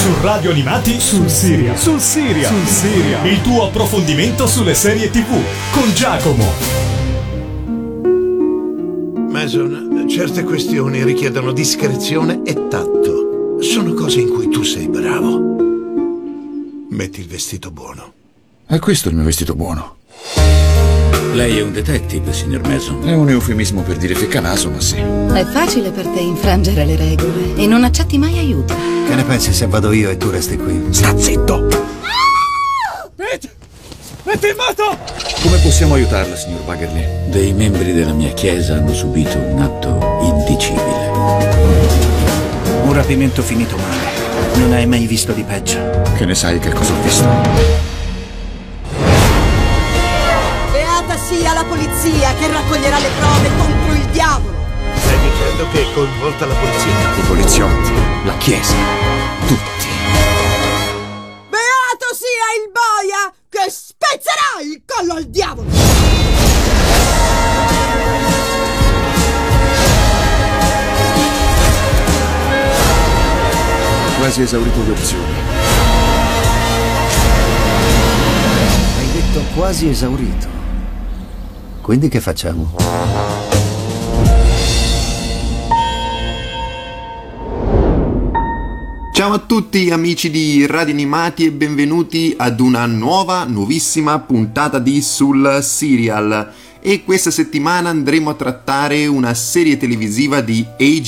Su Radio Animati sul Siria. Sul Siria. Sul Siria. Il tuo approfondimento sulle serie TV con Giacomo. Mason, certe questioni richiedono discrezione e tatto. Sono cose in cui tu sei bravo. Metti il vestito buono. È questo il mio vestito buono. Lei è un detective, signor Mason. È un eufemismo per dire ficcanaso, ma sì. È facile per te infrangere le regole e non accetti mai aiuto. Che ne pensi se vado io e tu resti qui? Sta zitto! Pete! Metti in moto! Come possiamo aiutarla, signor Baggerly? Dei membri della mia chiesa hanno subito un atto indicibile. Un rapimento finito male. Non hai mai visto di peggio. Che ne sai che cosa ho visto? Beata sia la polizia che raccoglierà le prove contro il diavolo. Stai dicendo che è coinvolta la polizia? I poliziotti, la chiesa, tutti. Beato sia il boia che spezzerà il collo al diavolo. Quasi esaurito le opzioni. Hai detto quasi esaurito. Quindi che facciamo? Ciao a tutti amici di Radio Animati e benvenuti ad una nuovissima puntata di Sul Serial. E questa settimana andremo a trattare una serie televisiva di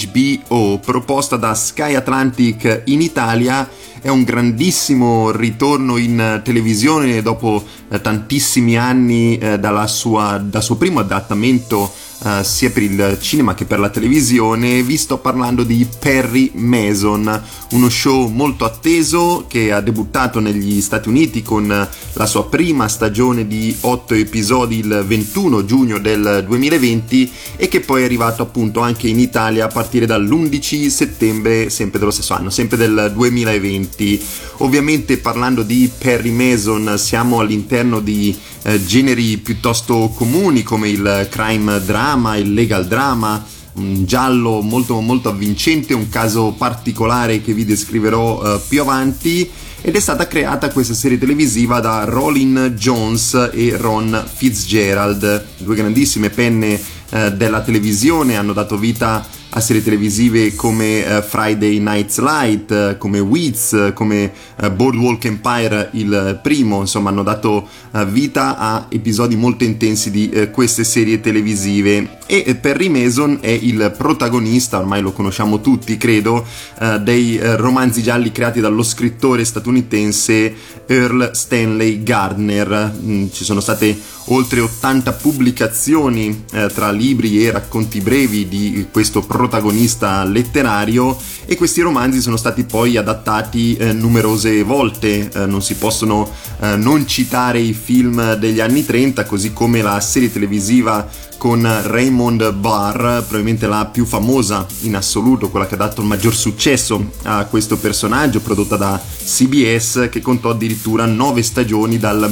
HBO proposta da Sky Atlantic in Italia. È un grandissimo ritorno in televisione dopo tantissimi anni dal suo primo adattamento sia per il cinema che per la televisione. Vi sto parlando di Perry Mason, uno show molto atteso che ha debuttato negli Stati Uniti con la sua prima stagione di 8 episodi il 21 giugno del 2020 e che poi è arrivato appunto anche in Italia a partire dall'11 settembre sempre dello stesso anno, sempre del 2020. Ovviamente parlando di Perry Mason siamo all'interno di generi piuttosto comuni come il crime drama, il legal drama, un giallo molto molto avvincente, un caso particolare che vi descriverò più avanti. Ed è stata creata questa serie televisiva da Rolin Jones e Ron Fitzgerald, due grandissime penne della televisione. Hanno dato vita a serie televisive come Friday Night's Light, come Weeds, come Boardwalk Empire il primo. Insomma, hanno dato vita a episodi molto intensi di queste serie televisive. E Perry Mason è il protagonista, ormai lo conosciamo tutti credo, dei romanzi gialli creati dallo scrittore statunitense Earl Stanley Gardner. Ci sono state oltre 80 pubblicazioni tra libri e racconti brevi di questo protagonista letterario, e questi romanzi sono stati poi adattati numerose volte. Non si possono non citare i film degli anni 30, così come la serie televisiva con Raymond Barr, probabilmente la più famosa in assoluto, quella che ha dato il maggior successo a questo personaggio, prodotta da CBS, che contò addirittura 9 stagioni dal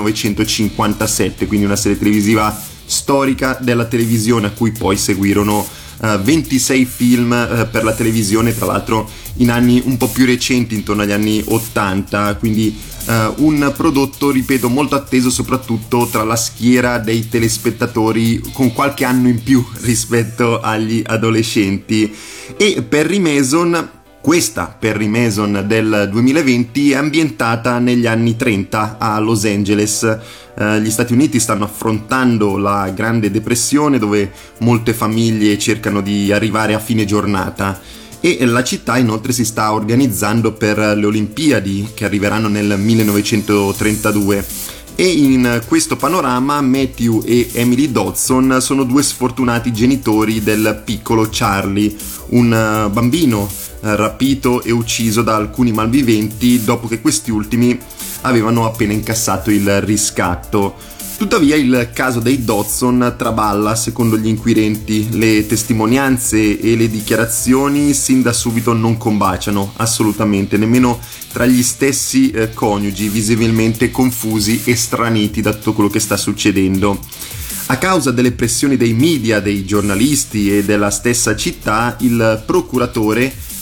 1957, quindi una serie televisiva storica della televisione, a cui poi seguirono 26 film per la televisione, tra l'altro in anni un po' più recenti, intorno agli anni 80, quindi un prodotto, ripeto, molto atteso soprattutto tra la schiera dei telespettatori con qualche anno in più rispetto agli adolescenti. E Perry Mason, questa Perry Mason del 2020, è ambientata negli anni 30 a Los Angeles. Gli Stati Uniti stanno affrontando la Grande Depressione, dove molte famiglie cercano di arrivare a fine giornata, e la città inoltre si sta organizzando per le Olimpiadi che arriveranno nel 1932. E in questo panorama Matthew e Emily Dodson sono due sfortunati genitori del piccolo Charlie, un bambino rapito e ucciso da alcuni malviventi dopo che questi ultimi avevano appena incassato il riscatto. Tuttavia il caso dei Dodson traballa secondo gli inquirenti. Le testimonianze e le dichiarazioni sin da subito non combaciano assolutamente, nemmeno tra gli stessi coniugi, visibilmente confusi e straniti da tutto quello che sta succedendo. A causa delle pressioni dei media, dei giornalisti e della stessa città, il procuratore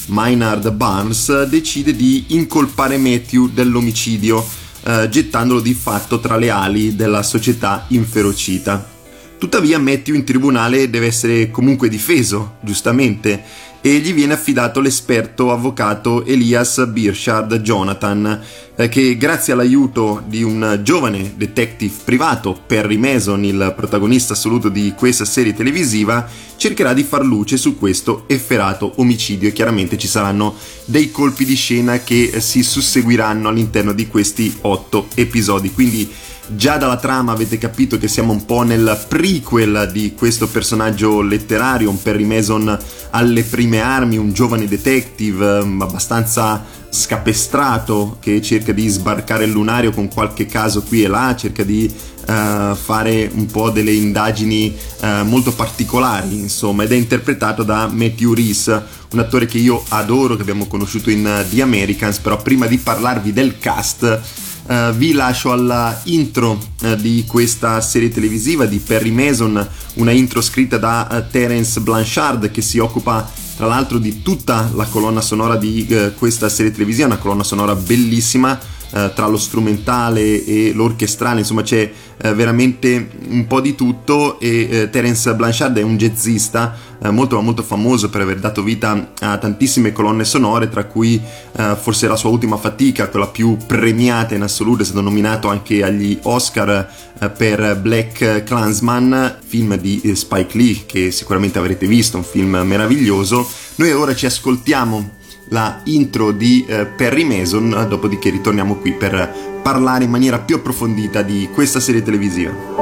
Maynard Barnes, decide di incolpare Matthew dell'omicidio, gettandolo di fatto tra le ali della società inferocita. Tuttavia Matthew in tribunale deve essere comunque difeso, giustamente, e gli viene affidato l'esperto avvocato Elias Birchard Jonathan, che grazie all'aiuto di un giovane detective privato, Perry Mason, il protagonista assoluto di questa serie televisiva, cercherà di far luce su questo efferato omicidio, e chiaramente ci saranno dei colpi di scena che si susseguiranno all'interno di questi 8 episodi, quindi già dalla trama avete capito che siamo un po' nel prequel di questo personaggio letterario, un Perry Mason alle prime armi, un giovane detective abbastanza scapestrato che cerca di sbarcare il lunario con qualche caso qui e là, cerca di fare un po' delle indagini molto particolari, insomma, ed è interpretato da Matthew Rhys, un attore che io adoro, che abbiamo conosciuto in The Americans. Però prima di parlarvi del cast vi lascio alla intro di questa serie televisiva di Perry Mason, una intro scritta da Terence Blanchard, che si occupa tra l'altro di tutta la colonna sonora di questa serie televisiva, una colonna sonora bellissima, tra lo strumentale e l'orchestrale, insomma c'è veramente un po' di tutto. E Terence Blanchard è un jazzista molto famoso per aver dato vita a tantissime colonne sonore, tra cui forse la sua ultima fatica, quella più premiata in assoluto. È stato nominato anche agli Oscar per Black Klansman, film di Spike Lee, che sicuramente avrete visto, un film meraviglioso. Noi ora ci ascoltiamo la intro di Perry Mason, dopodiché ritorniamo qui per parlare in maniera più approfondita di questa serie televisiva.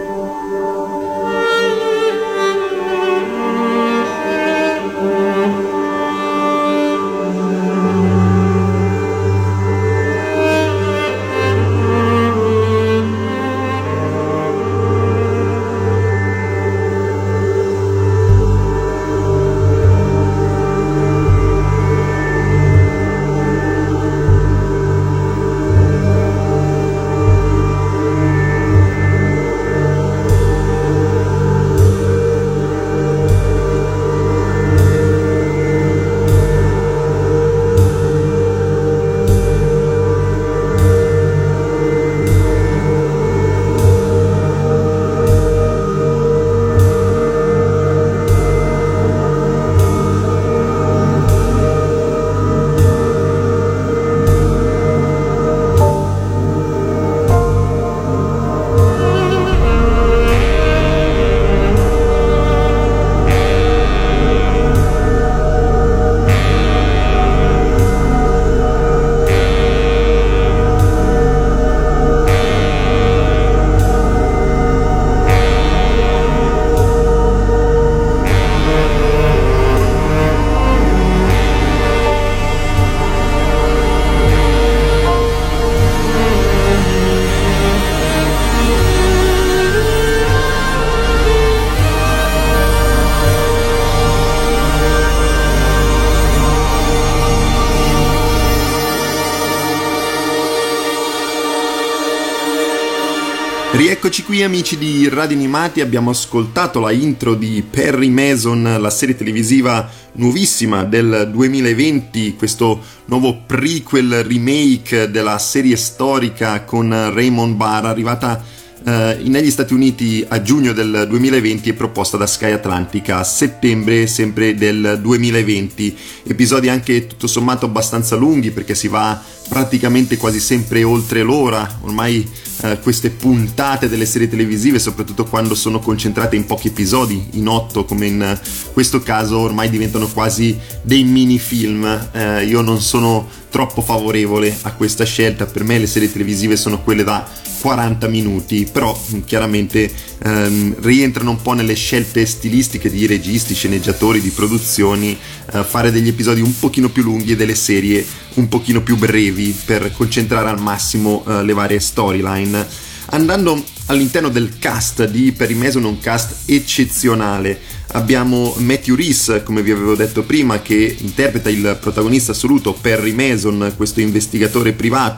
Rieccoci qui amici di Radio Animati, abbiamo ascoltato la intro di Perry Mason, la serie televisiva nuovissima del 2020, questo nuovo prequel remake della serie storica con Raymond Barr, arrivata negli Stati Uniti a giugno del 2020 e proposta da Sky Atlantica a settembre sempre del 2020. Episodi anche tutto sommato abbastanza lunghi, perché si va praticamente quasi sempre oltre l'ora. Ormai queste puntate delle serie televisive, soprattutto quando sono concentrate in pochi episodi, in 8 come in questo caso, ormai diventano quasi dei mini film. Io non sono troppo favorevole a questa scelta. Per me le serie televisive sono quelle da 40 minuti, però chiaramente rientrano un po' nelle scelte stilistiche di registi, sceneggiatori, di produzioni, fare degli episodi un pochino più lunghi e delle serie un pochino più brevi per concentrare al massimo le varie storyline. Andando all'interno del cast di Perry Mason, un cast eccezionale. Abbiamo Matthew Rhys, come vi avevo detto prima, che interpreta il protagonista assoluto, Perry Mason, questo investigatore privato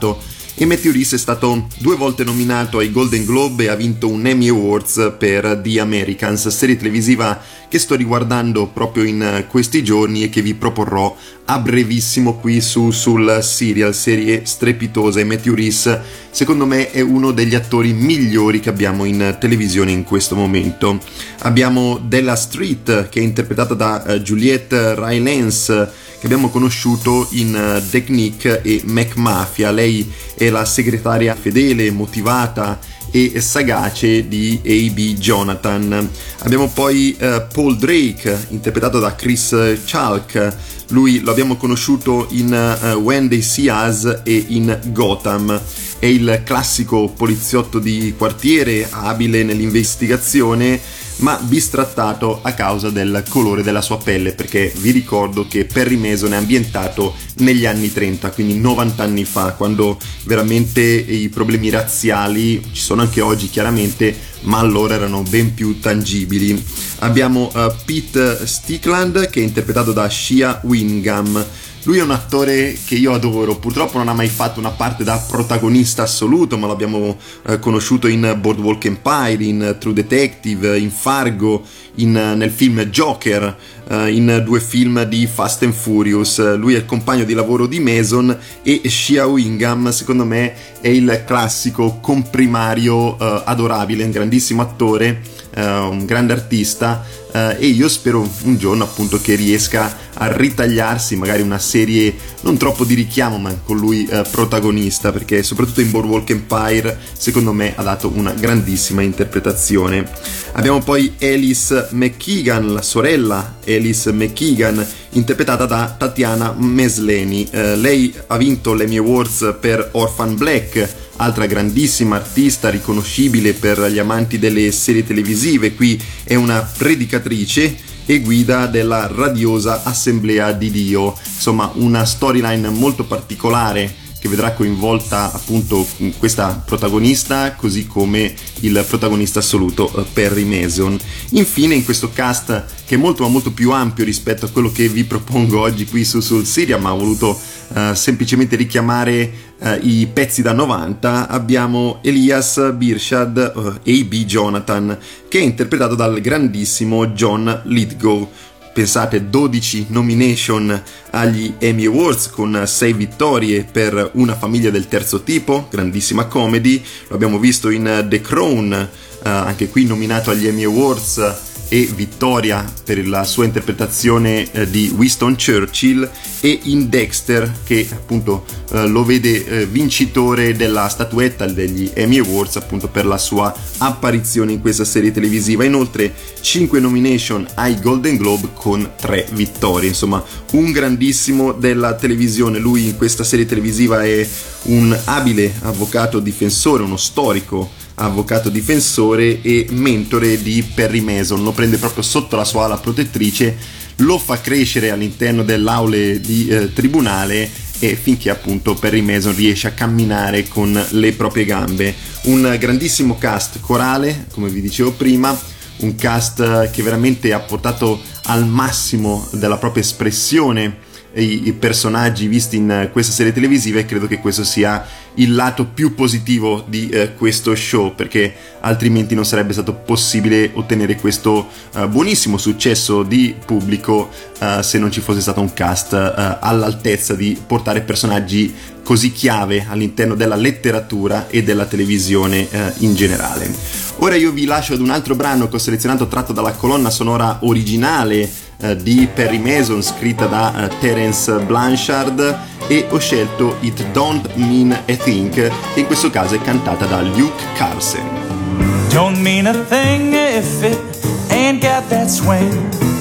e Matthew Rhys è stato 2 volte nominato ai Golden Globe e ha vinto un Emmy Awards per The Americans, serie televisiva che sto riguardando proprio in questi giorni e che vi proporrò a brevissimo qui sul Serial, serie strepitosa. E Matthew Rhys secondo me è uno degli attori migliori che abbiamo in televisione in questo momento. Abbiamo Della Street, che è interpretata da Juliette Rylance, che abbiamo conosciuto in The Knick e McMafia. Lei è la segretaria fedele, motivata e sagace di A.B. Jonathan. Abbiamo poi Paul Drake, interpretato da Chris Chalk. Lui lo abbiamo conosciuto in When They See Us e in Gotham. È il classico poliziotto di quartiere, abile nell'investigazione, ma bistrattato a causa del colore della sua pelle, perché vi ricordo che Perry Mason è ambientato negli anni 30, quindi 90 anni fa, quando veramente i problemi razziali ci sono anche oggi chiaramente, ma allora erano ben più tangibili. Abbiamo Pete Stickland, che è interpretato da Shea Wingham. Lui è un attore che io adoro, purtroppo non ha mai fatto una parte da protagonista assoluto, ma l'abbiamo conosciuto in Boardwalk Empire, in True Detective, in Fargo, nel film Joker, in 2 film di Fast and Furious. Lui è il compagno di lavoro di Mason e Shea Wingham secondo me è il classico comprimario adorabile, un grandissimo attore, un grande artista, e io spero un giorno appunto che riesca a ritagliarsi magari una serie non troppo di richiamo, ma con lui protagonista, perché soprattutto in Boardwalk Empire secondo me ha dato una grandissima interpretazione. Abbiamo poi Alice McKeegan, la sorella Alice McKeegan, interpretata da Tatiana Maslany. Lei ha vinto l'Emmy Awards per Orphan Black, altra grandissima artista riconoscibile per gli amanti delle serie televisive. Qui è una predicatrice e guida della radiosa Assemblea di Dio, insomma una storyline molto particolare che vedrà coinvolta appunto questa protagonista, così come il protagonista assoluto Perry Mason. Infine, in questo cast che è molto ma molto più ampio rispetto a quello che vi propongo oggi qui sul Serial, ma ho voluto semplicemente richiamare i pezzi da 90, abbiamo Elias Birshad, A.B. Jonathan, che è interpretato dal grandissimo John Lithgow. Pensate, 12 nomination agli Emmy Awards con 6 vittorie per Una famiglia del terzo tipo, grandissima comedy. Lo abbiamo visto in The Crown, anche qui nominato agli Emmy Awards, e vittoria per la sua interpretazione di Winston Churchill, e in Dexter, che appunto lo vede vincitore della statuetta degli Emmy Awards appunto per la sua apparizione in questa serie televisiva. Inoltre 5 nomination ai Golden Globe con 3 vittorie, insomma un grandissimo della televisione. Lui in questa serie televisiva è un abile avvocato difensore, uno storico avvocato difensore e mentore di Perry Mason. Lo prende proprio sotto la sua ala protettrice, lo fa crescere all'interno dell'aule di tribunale, e finché appunto Perry Mason riesce a camminare con le proprie gambe. Un grandissimo cast corale, come vi dicevo prima, un cast che veramente ha portato al massimo della propria espressione i personaggi visti in questa serie televisiva, e credo che questo sia il lato più positivo di questo show, perché altrimenti non sarebbe stato possibile ottenere questo buonissimo successo di pubblico se non ci fosse stato un cast all'altezza di portare personaggi così chiave all'interno della letteratura e della televisione in generale. Ora io vi lascio ad un altro brano che ho selezionato, tratto dalla colonna sonora originale di Perry Mason, scritta da Terence Blanchard, e ho scelto It Don't Mean a Thing, che in questo caso è cantata da Luke Carson. Don't mean a thing if it ain't got that swing.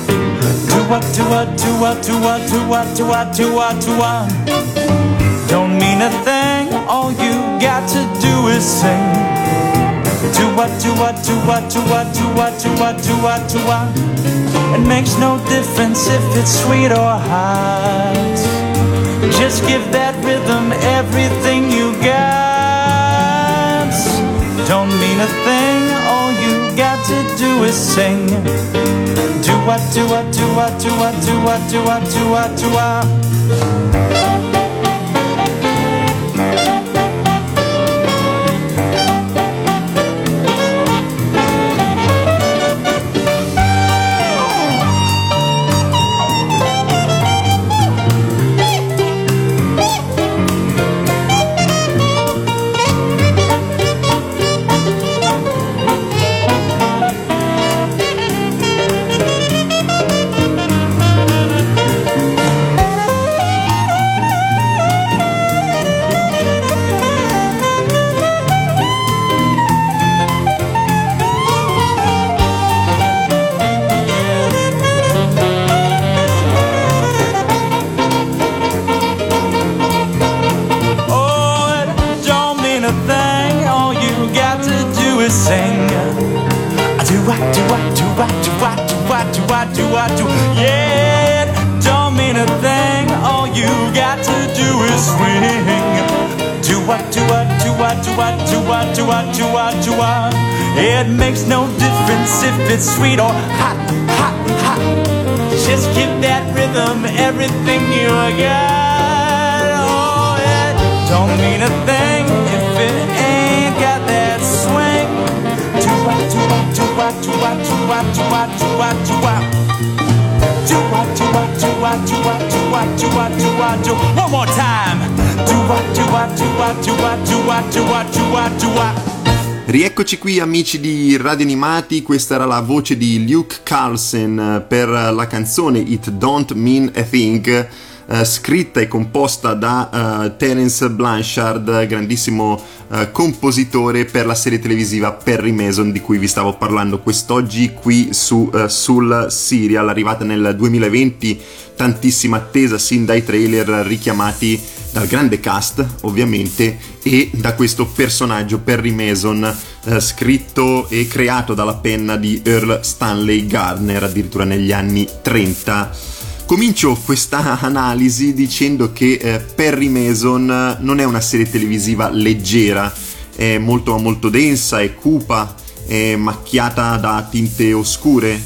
Do what, do what, do what, do what, do what, do what, do what, do what. Don't mean a thing, all you got to do is sing. Do what, do what, do what, do what, do what, do what, do what, do what. It makes no difference if it's sweet or hot. Just give that rhythm everything you got. Don't mean a thing, all you got to do is sing. Do what, do what, do what, do what, do what, do what, do what, do what. Yeah, don't mean a thing. All you got to do is swing. Do what? It makes no difference if it's sweet or hot. Just give that rhythm everything you got. Oh, it don't mean a thing if it ain't got that swing. One more time. Rieccoci qui amici di Radio Animati, questa era la voce di Luke Carlson per la canzone It Don't Mean a Thing, scritta e composta da Terence Blanchard, grandissimo compositore per la serie televisiva Perry Mason di cui vi stavo parlando quest'oggi qui sul Serial, arrivata nel 2020, tantissima attesa sin dai trailer richiamati dal grande cast ovviamente e da questo personaggio Perry Mason, scritto e creato dalla penna di Earl Stanley Gardner addirittura negli anni 30. Comincio questa analisi dicendo che Perry Mason non è una serie televisiva leggera, è molto molto densa, è cupa, è macchiata da tinte oscure,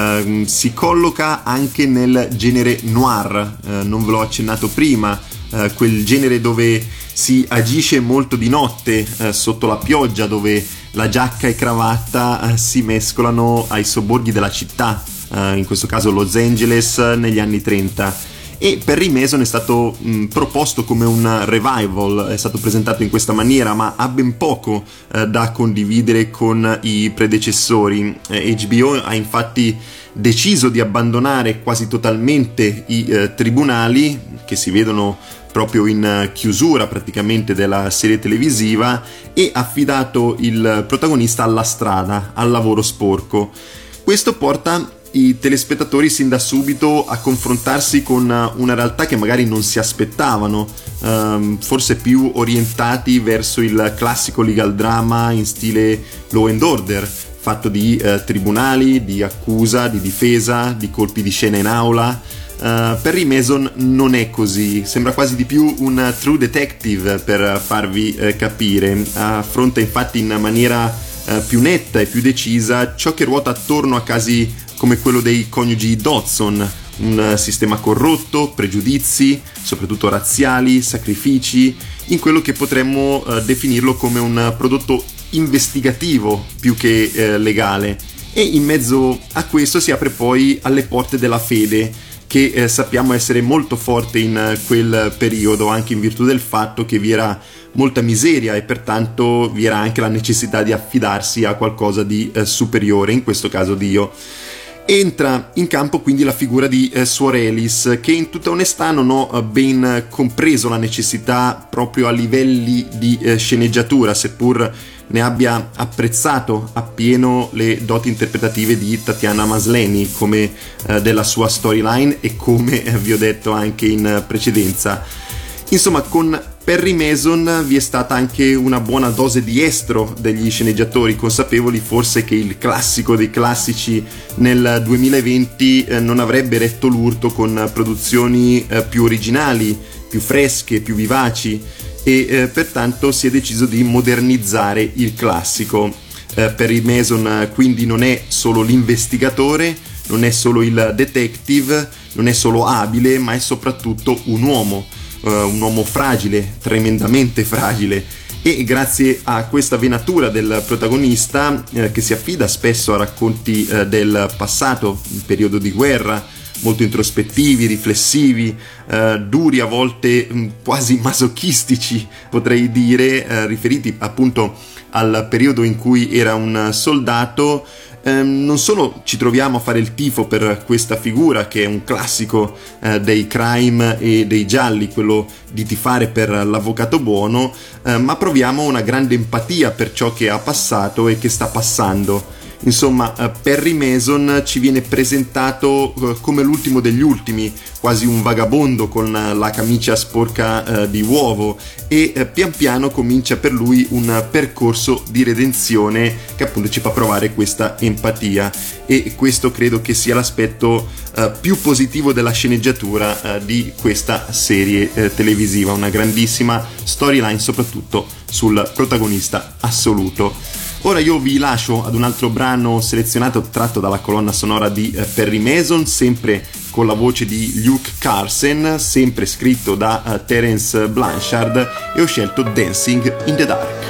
si colloca anche nel genere noir, non ve l'ho accennato prima, quel genere dove si agisce molto di notte, sotto la pioggia, dove la giacca e cravatta si mescolano ai sobborghi della città, in questo caso Los Angeles negli anni 30. E Perry Mason è stato proposto come un revival, è stato presentato in questa maniera, ma ha ben poco da condividere con i predecessori. HBO ha infatti deciso di abbandonare quasi totalmente i tribunali, che si vedono proprio in chiusura praticamente della serie televisiva, e affidato il protagonista alla strada, al lavoro sporco. Questo porta i telespettatori sin da subito a confrontarsi con una realtà che magari non si aspettavano, forse più orientati verso il classico legal drama in stile Law and Order, fatto di tribunali, di accusa, di difesa, di colpi di scena in aula. Perry Mason non è così, sembra quasi di più un true detective, per farvi capire. Affronta infatti in maniera più netta e più decisa ciò che ruota attorno a casi come quello dei coniugi Dodson, un sistema corrotto, pregiudizi, soprattutto razziali, sacrifici, in quello che potremmo definirlo come un prodotto investigativo più che legale. E in mezzo a questo si apre poi alle porte della fede, che sappiamo essere molto forte in quel periodo, anche in virtù del fatto che vi era molta miseria e pertanto vi era anche la necessità di affidarsi a qualcosa di superiore, in questo caso Dio. Entra in campo quindi la figura di Suor Alice, che in tutta onestà non ho ben compreso la necessità proprio a livelli di sceneggiatura, seppur ne abbia apprezzato appieno le doti interpretative di Tatiana Maslany, come della sua storyline e come vi ho detto anche in precedenza. Insomma, con Perry Mason vi è stata anche una buona dose di estro degli sceneggiatori, consapevoli forse che il classico dei classici nel 2020 non avrebbe retto l'urto con produzioni più originali, più fresche, più vivaci, e pertanto si è deciso di modernizzare il classico. Perry Mason quindi non è solo l'investigatore, non è solo il detective, non è solo abile, ma è soprattutto un uomo fragile, tremendamente fragile, e grazie a questa venatura del protagonista che si affida spesso a racconti del passato, un periodo di guerra, molto introspettivi, riflessivi, duri, a volte quasi masochistici potrei dire, riferiti appunto al periodo in cui era un soldato. Non solo ci troviamo a fare il tifo per questa figura, che è un classico dei crime e dei gialli, quello di tifare per l'avvocato buono, ma proviamo una grande empatia per ciò che ha passato e che sta passando. Insomma, Perry Mason ci viene presentato come l'ultimo degli ultimi, quasi un vagabondo con la camicia sporca di uovo, e pian piano comincia per lui un percorso di redenzione che appunto ci fa provare questa empatia, e questo credo che sia l'aspetto più positivo della sceneggiatura di questa serie televisiva, una grandissima storyline soprattutto sul protagonista assoluto. Ora io vi lascio ad un altro brano selezionato tratto dalla colonna sonora di Perry Mason, sempre con la voce di Luke Carson, sempre scritto da Terence Blanchard, e ho scelto Dancing in the Dark.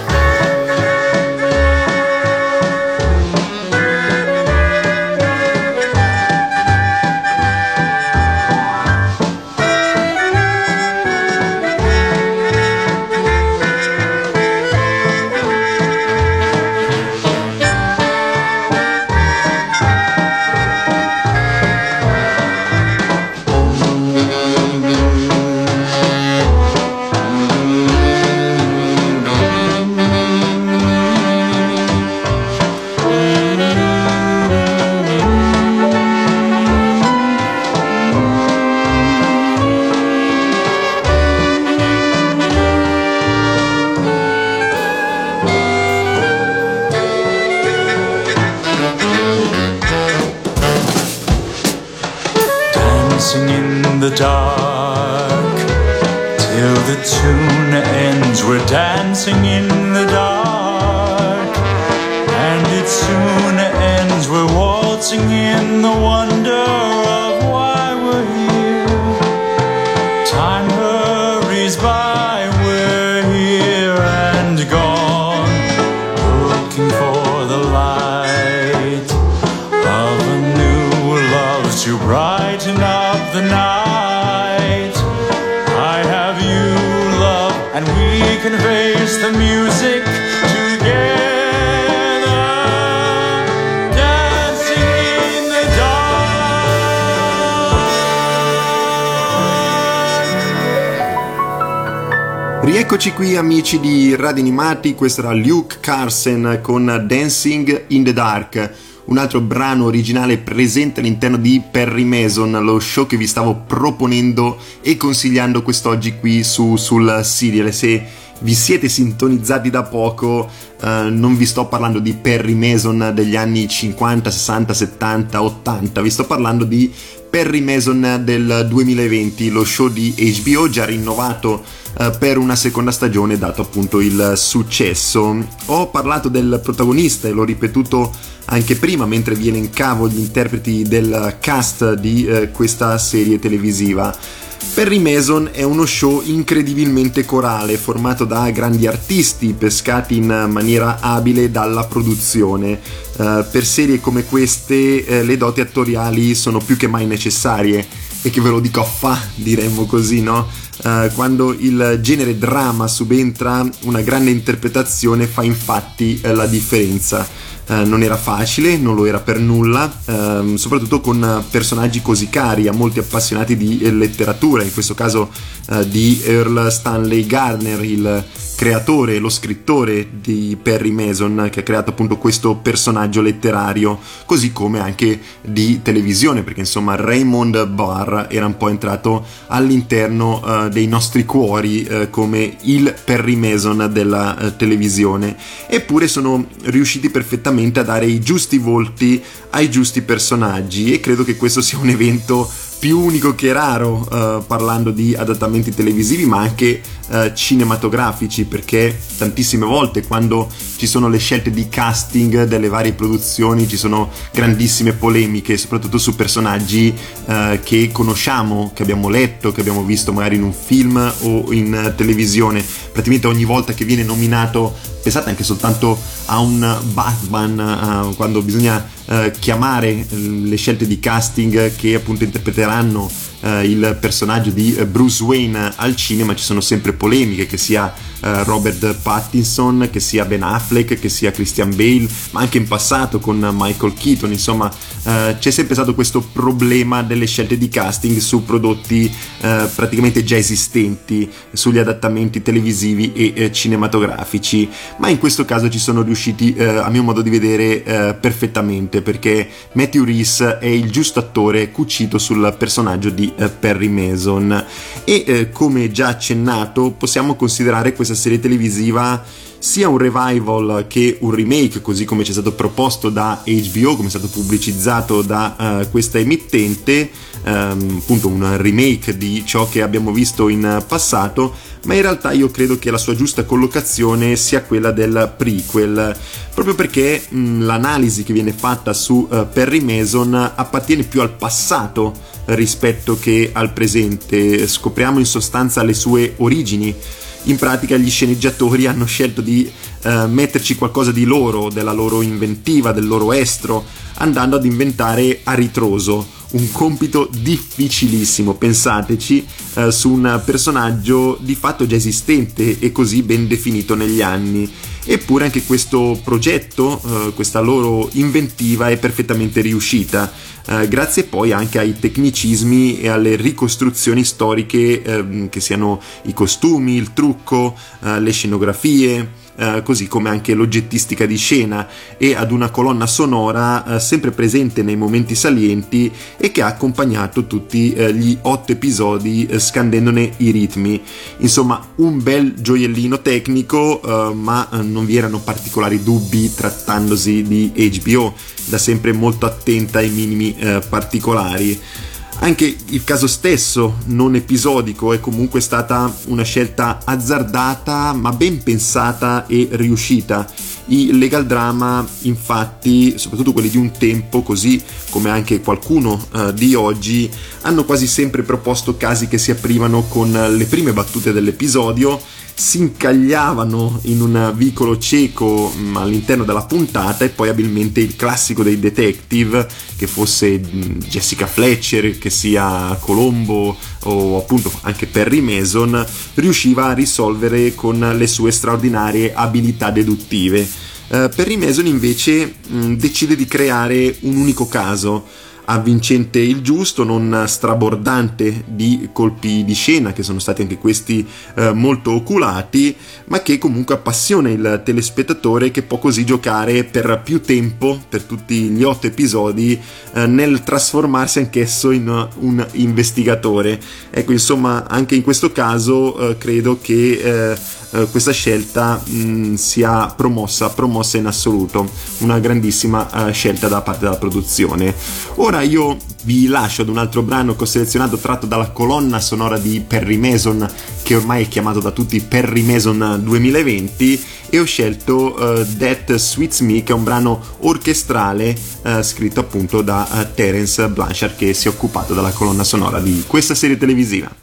Dancing in the dark, and it soon ends. We're waltzing in the wonder of why we're here. Time hurries by, we're here and gone, looking for the light of a new love to brighten up the night. I have you, love, and we can face the music together, dancing in the dark. Rieccoci qui amici di Radio Animati, questo era Luke Carson con Dancing in the Dark, un altro brano originale presente all'interno di Perry Mason, lo show che vi stavo proponendo e consigliando quest'oggi qui sul Serial. Se vi siete sintonizzati da poco, non vi sto parlando di Perry Mason degli anni 50, 60, 70, 80, vi sto parlando di Perry Mason del 2020, lo show di HBO già rinnovato per una seconda stagione dato appunto il successo. Ho parlato del protagonista e l'ho ripetuto anche prima mentre vi elencavo gli interpreti del cast di questa serie televisiva. Perry Mason è uno show incredibilmente corale, formato da grandi artisti pescati in maniera abile dalla produzione. Per serie come queste le doti attoriali sono più che mai necessarie, e che ve lo dico a fa, diremmo così, no? Quando il genere drama subentra, una grande interpretazione fa infatti la differenza. Non era facile, non lo era per nulla, soprattutto con personaggi così cari a molti appassionati di letteratura, in questo caso di Earl Stanley Gardner, il creatore e lo scrittore di Perry Mason, che ha creato appunto questo personaggio letterario, così come anche di televisione, perché insomma Raymond Barr era un po' entrato all'interno dei nostri cuori come il Perry Mason della televisione. Eppure sono riusciti perfettamente a dare i giusti volti ai giusti personaggi, e credo che questo sia un evento più unico che raro parlando di adattamenti televisivi ma anche cinematografici, perché tantissime volte quando ci sono le scelte di casting delle varie produzioni ci sono grandissime polemiche, soprattutto su personaggi che conosciamo, che abbiamo letto, che abbiamo visto magari in un film o in televisione. Praticamente ogni volta che viene nominato, pensate anche soltanto a un Batman, quando bisogna chiamare le scelte di casting che appunto interpreteranno il personaggio di Bruce Wayne al cinema ci sono sempre polemiche, che sia Robert Pattinson, che sia Ben Affleck, che sia Christian Bale, ma anche in passato con Michael Keaton. Insomma, c'è sempre stato questo problema delle scelte di casting su prodotti praticamente già esistenti, sugli adattamenti televisivi e cinematografici, ma in questo caso ci sono riusciti a mio modo di vedere perfettamente, perché Matthew Rhys è il giusto attore cucito sul personaggio di Perry Mason e come già accennato possiamo considerare questa serie televisiva sia un revival che un remake, così come ci è stato proposto da HBO, come è stato pubblicizzato da questa emittente, appunto un remake di ciò che abbiamo visto in passato, ma in realtà io credo che la sua giusta collocazione sia quella del prequel, proprio perché l'analisi che viene fatta su Perry Mason appartiene più al passato rispetto che al presente. Scopriamo in sostanza le sue origini. In pratica gli sceneggiatori hanno scelto di metterci qualcosa di loro, della loro inventiva, del loro estro, andando ad inventare a ritroso, un compito difficilissimo, pensateci, su un personaggio di fatto già esistente e così ben definito negli anni. Eppure anche questo progetto, questa loro inventiva è perfettamente riuscita, grazie poi anche ai tecnicismi e alle ricostruzioni storiche, che siano i costumi, il trucco, le scenografie, così come anche l'oggettistica di scena, e ad una colonna sonora sempre presente nei momenti salienti e che ha accompagnato tutti gli 8 episodi scandendone i ritmi. Insomma, un bel gioiellino tecnico, ma non vi erano particolari dubbi trattandosi di HBO, da sempre molto attenta ai minimi particolari. Anche il caso stesso non episodico è comunque stata una scelta azzardata ma ben pensata e riuscita. I legal drama, infatti, soprattutto quelli di un tempo, così come anche qualcuno di oggi, hanno quasi sempre proposto casi che si aprivano con le prime battute dell'episodio, si incagliavano in un vicolo cieco all'interno della puntata e poi abilmente il classico dei detective, che fosse Jessica Fletcher, che sia Colombo o appunto anche Perry Mason, riusciva a risolvere con le sue straordinarie abilità deduttive. Perry Mason invece decide di creare un unico caso, avvincente il giusto, non strabordante di colpi di scena, che sono stati anche questi molto oculati, ma che comunque appassiona il telespettatore, che può così giocare per più tempo, per tutti gli 8 episodi, nel trasformarsi anch'esso in un investigatore. Ecco, insomma, anche in questo caso credo che questa scelta sia promossa in assoluto, una grandissima scelta da parte della produzione. Ora io vi lascio ad un altro brano che ho selezionato, tratto dalla colonna sonora di Perry Mason, che ormai è chiamato da tutti Perry Mason 2020, e ho scelto That Sweets Me, che è un brano orchestrale scritto appunto da Terence Blanchard, che si è occupato della colonna sonora di questa serie televisiva.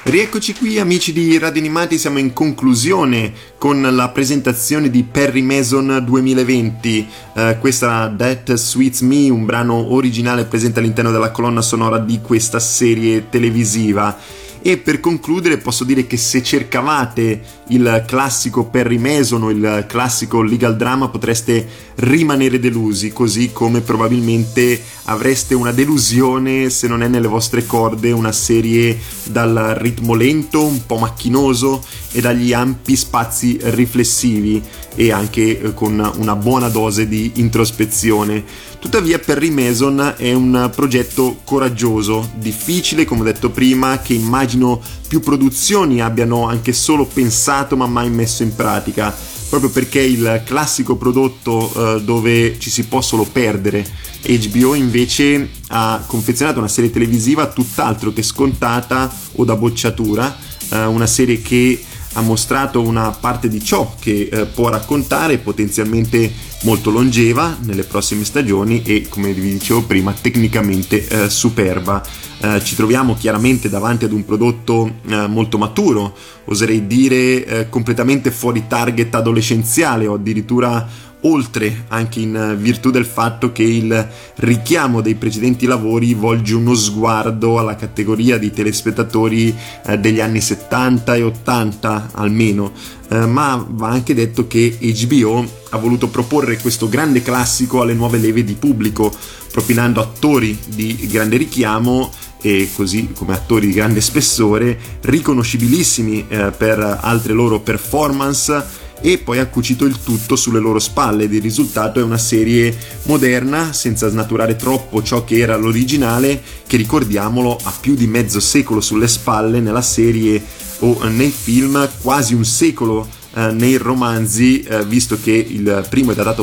Rieccoci qui amici di Radio Animati, siamo in conclusione con la presentazione di Perry Mason 2020, questa That Sweets Me, un brano originale presente all'interno della colonna sonora di questa serie televisiva. E per concludere posso dire che se cercavate il classico Perry Mason o il classico legal drama potreste rimanere delusi, così come probabilmente avreste una delusione se non è nelle vostre corde una serie dal ritmo lento, un po' macchinoso e dagli ampi spazi riflessivi e anche con una buona dose di introspezione. Tuttavia Perry Mason è un progetto coraggioso, difficile come ho detto prima, che immagino più produzioni abbiano anche solo pensato ma mai messo in pratica, proprio perché il classico prodotto dove ci si può solo perdere. HBO invece ha confezionato una serie televisiva tutt'altro che scontata o da bocciatura, una serie che ha mostrato una parte di ciò che può raccontare, potenzialmente molto longeva nelle prossime stagioni e, come vi dicevo prima, tecnicamente superba. Ci troviamo chiaramente davanti ad un prodotto molto maturo, oserei dire completamente fuori target adolescenziale o addirittura oltre, anche in virtù del fatto che il richiamo dei precedenti lavori volge uno sguardo alla categoria di telespettatori degli anni 70 e 80 almeno, ma va anche detto che HBO ha voluto proporre questo grande classico alle nuove leve di pubblico, propinando attori di grande richiamo e così come attori di grande spessore, riconoscibilissimi per altre loro performance, e poi ha cucito il tutto sulle loro spalle ed il risultato è una serie moderna, senza snaturare troppo ciò che era l'originale, che, ricordiamolo, ha più di mezzo secolo sulle spalle nella serie o nei film, quasi un secolo nei romanzi, visto che il primo è datato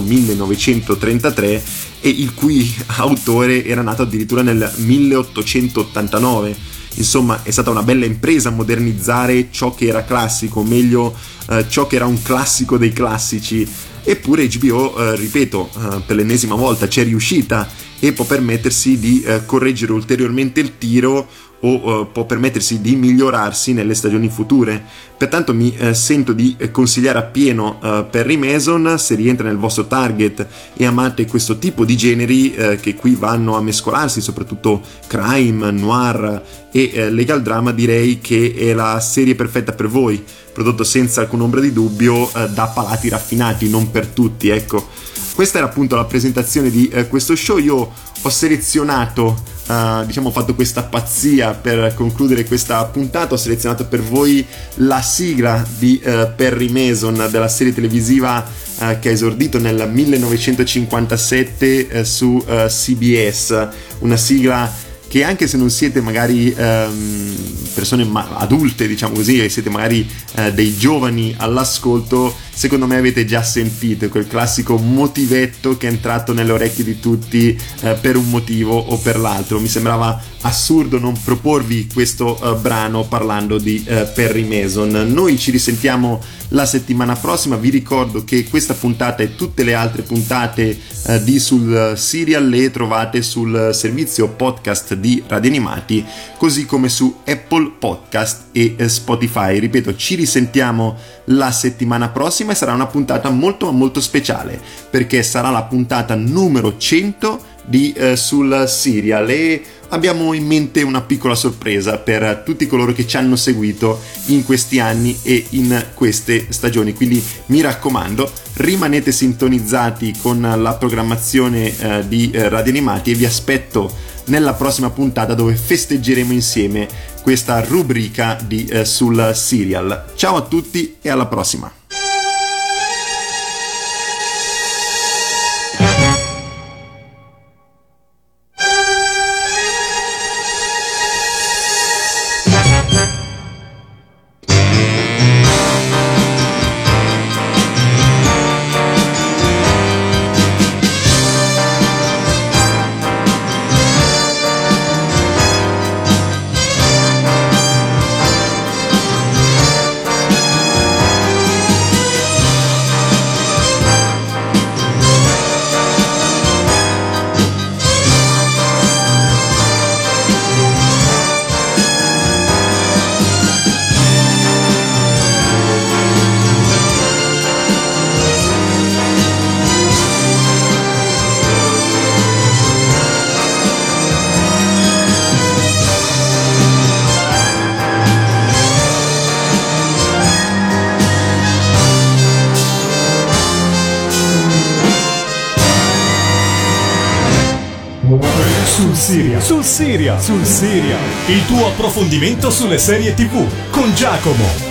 1933 e il cui autore era nato addirittura nel 1889. Insomma, è stata una bella impresa modernizzare ciò che era classico, o meglio ciò che era un classico dei classici. Eppure HBO, ripeto, per l'ennesima volta c'è riuscita e può permettersi di correggere ulteriormente il tiro o può permettersi di migliorarsi nelle stagioni future. Pertanto mi sento di consigliare appieno Perry Mason se rientra nel vostro target e amate questo tipo di generi che qui vanno a mescolarsi, soprattutto crime, noir e legal drama. Direi che è la serie perfetta per voi, prodotto senza alcuna ombra di dubbio da palati raffinati, non per tutti, ecco. Questa era appunto la presentazione di questo show. Io ho selezionato, ho fatto questa pazzia per concludere questa puntata, ho selezionato per voi la sigla di Perry Mason della serie televisiva che ha esordito nel 1957 su CBS, una sigla che, anche se non siete magari persone adulte, diciamo così, e siete magari dei giovani all'ascolto, secondo me avete già sentito quel classico motivetto che è entrato nelle orecchie di tutti per un motivo o per l'altro. Mi sembrava assurdo non proporvi questo brano parlando di Perry Mason. Noi ci risentiamo la settimana prossima. Vi ricordo che questa puntata e tutte le altre puntate di Sul Serial le trovate sul servizio podcast di Radio Animati, così come su Apple Podcast e Spotify. Ripeto, ci risentiamo la settimana prossima e sarà una puntata molto molto speciale, perché sarà la puntata numero 100 di Sul Serial e abbiamo in mente una piccola sorpresa per tutti coloro che ci hanno seguito in questi anni e in queste stagioni, quindi mi raccomando, rimanete sintonizzati con la programmazione di Radio Animati e vi aspetto nella prossima puntata, dove festeggeremo insieme questa rubrica di Sul Serial. Ciao a tutti e alla prossima. Sul Serial, il tuo approfondimento sulle serie TV con Giacomo.